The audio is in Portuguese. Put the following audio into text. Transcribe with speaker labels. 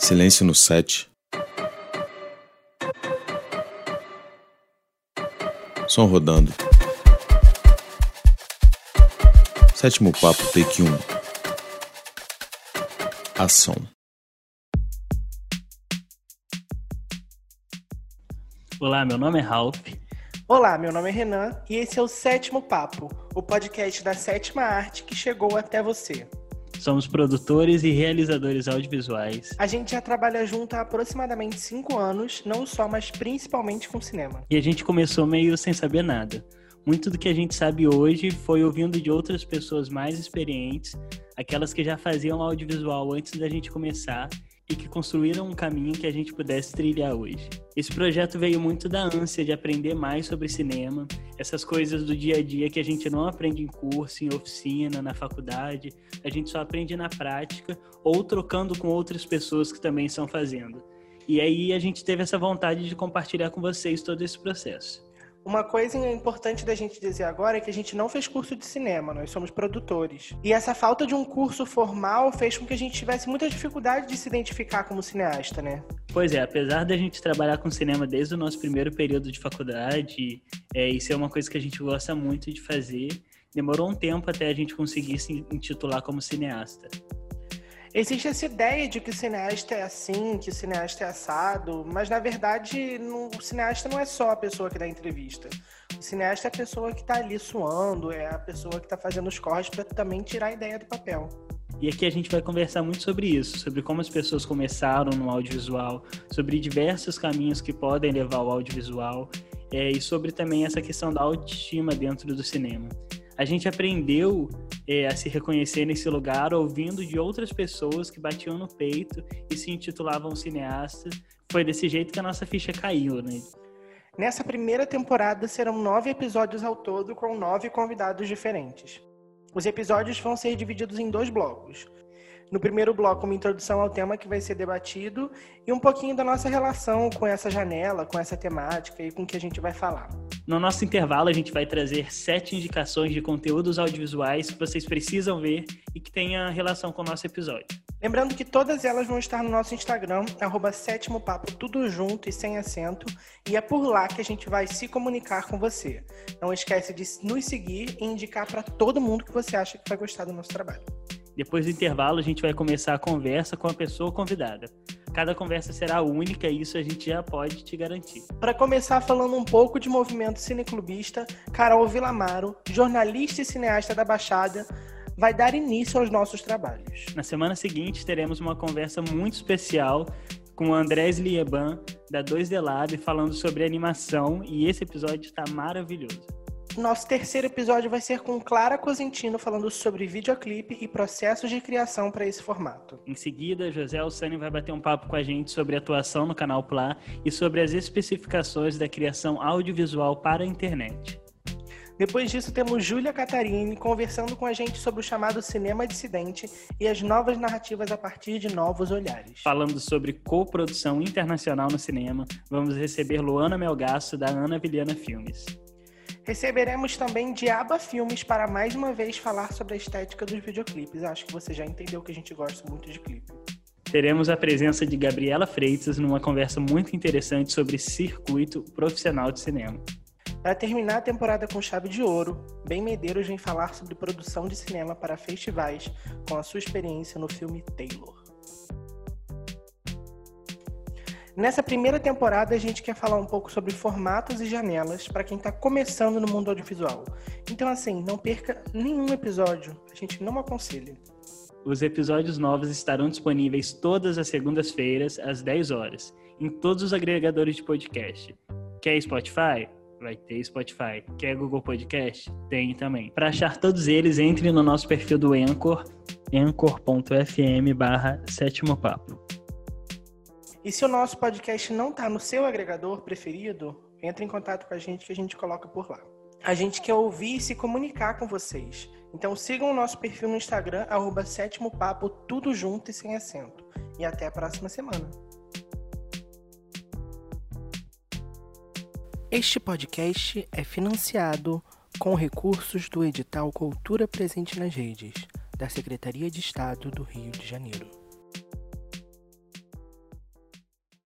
Speaker 1: Silêncio no set. Som rodando. Sétimo papo, take 1. Ação.
Speaker 2: Olá, meu nome é Ralph.
Speaker 3: Olá, meu nome é Renan e esse é o Sétimo Papo, o podcast da sétima arte que chegou até você.
Speaker 2: Somos produtores e realizadores audiovisuais.
Speaker 3: A gente já trabalha junto há aproximadamente 5 anos, não só, mas principalmente com cinema.
Speaker 2: E a gente começou meio sem saber nada. Muito do que a gente sabe hoje foi ouvindo de outras pessoas mais experientes, aquelas que já faziam audiovisual antes da gente começar e que construíram um caminho que a gente pudesse trilhar hoje. Esse projeto veio muito da ânsia de aprender mais sobre cinema, essas coisas do dia a dia que a gente não aprende em curso, em oficina, na faculdade, a gente só aprende na prática ou trocando com outras pessoas que também estão fazendo. E aí a gente teve essa vontade de compartilhar com vocês todo esse processo.
Speaker 3: Uma coisa importante da gente dizer agora é que a gente não fez curso de cinema, nós somos produtores. E essa falta de um curso formal fez com que a gente tivesse muita dificuldade de se identificar como cineasta, né?
Speaker 2: Pois é, apesar da gente trabalhar com cinema desde o nosso primeiro período de faculdade, isso é uma coisa que a gente gosta muito de fazer, demorou um tempo até a gente conseguir se intitular como cineasta.
Speaker 3: Existe essa ideia de que o cineasta é assim, que o cineasta é assado, mas na verdade o cineasta não é só a pessoa que dá entrevista. O cineasta é a pessoa que está ali suando, é a pessoa que está fazendo os corres para também tirar a ideia do papel.
Speaker 2: E aqui a gente vai conversar muito sobre isso, sobre como as pessoas começaram no audiovisual, sobre diversos caminhos que podem levar ao audiovisual, e sobre também essa questão da autoestima dentro do cinema. A gente aprendeu a se reconhecer nesse lugar ouvindo de outras pessoas que batiam no peito e se intitulavam cineastas. Foi desse jeito que a nossa ficha caiu, né?
Speaker 3: Nessa primeira temporada serão 9 episódios ao todo com 9 convidados diferentes. Os episódios vão ser divididos em 2 blocos. No primeiro bloco, uma introdução ao tema que vai ser debatido e um pouquinho da nossa relação com essa janela, com essa temática e com o que a gente vai falar.
Speaker 2: No nosso intervalo, a gente vai trazer 7 indicações de conteúdos audiovisuais que vocês precisam ver e que tenham relação com o nosso episódio.
Speaker 3: Lembrando que todas elas vão estar no nosso Instagram, @sétimopapo, tudo junto e sem acento, e é por lá que a gente vai se comunicar com você. Não esquece de nos seguir e indicar para todo mundo que você acha que vai gostar do nosso trabalho.
Speaker 2: Depois do intervalo, a gente vai começar a conversa com a pessoa convidada. Cada conversa será única e isso a gente já pode te garantir.
Speaker 3: Para começar falando um pouco de movimento cineclubista, Carol Villamaro, jornalista e cineasta da Baixada, vai dar início aos nossos trabalhos.
Speaker 2: Na semana seguinte, teremos uma conversa muito especial com o Andrés Lieban, da 2D Lab, falando sobre animação, e esse episódio está maravilhoso.
Speaker 3: Nosso terceiro episódio vai ser com Clara Cosentino falando sobre videoclipe e processos de criação para esse formato.
Speaker 2: Em seguida, José Alçani vai bater um papo com a gente sobre atuação no Canal Plá e sobre as especificações da criação audiovisual para a internet.
Speaker 3: Depois disso, temos Júlia Catarini conversando com a gente sobre o chamado cinema dissidente e as novas narrativas a partir de novos olhares.
Speaker 2: Falando sobre coprodução internacional no cinema, vamos receber Luana Melgaço, da Ana Vilhana Filmes.
Speaker 3: Receberemos também Diaba Filmes para mais uma vez falar sobre a estética dos videoclipes. Acho que você já entendeu que a gente gosta muito de clipe.
Speaker 2: Teremos a presença de Gabriela Freitas numa conversa muito interessante sobre circuito profissional de cinema.
Speaker 3: Para terminar a temporada com chave de ouro, Ben Medeiros vem falar sobre produção de cinema para festivais com a sua experiência no filme Taylor. Nessa primeira temporada, a gente quer falar um pouco sobre formatos e janelas para quem está começando no mundo audiovisual. Então, assim, não perca nenhum episódio. A gente não aconselha.
Speaker 2: Os episódios novos estarão disponíveis todas as segundas-feiras, às 10 horas, em todos os agregadores de podcast. Quer Spotify? Vai ter Spotify. Quer Google Podcast? Tem também. Para achar todos eles, entre no nosso perfil do Anchor, anchor.fm/sétimopapo.
Speaker 3: E se o nosso podcast não está no seu agregador preferido, entre em contato com a gente que a gente coloca por lá. A gente quer ouvir e se comunicar com vocês. Então sigam o nosso perfil no Instagram, @sétimopapo, tudo junto e sem acento. E até a próxima semana. Este podcast é financiado com recursos do edital Cultura Presente nas Redes, da Secretaria de Estado do Rio de Janeiro.